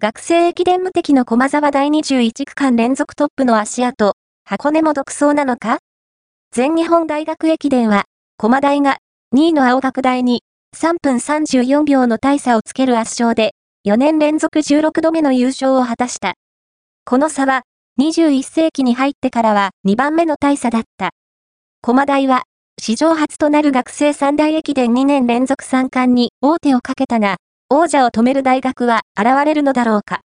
学生駅伝無敵の駒沢第21区間連続トップの足跡、箱根も独走なのか？全日本大学駅伝は、駒大が2位の青学大に3分34秒の大差をつける圧勝で、4年連続16度目の優勝を果たした。この差は、21世紀に入ってからは2番目の大差だった。駒大は、史上初となる学生三大駅伝2年連続3冠に王手をかけたが、王者を止める大学は現れるのだろうか。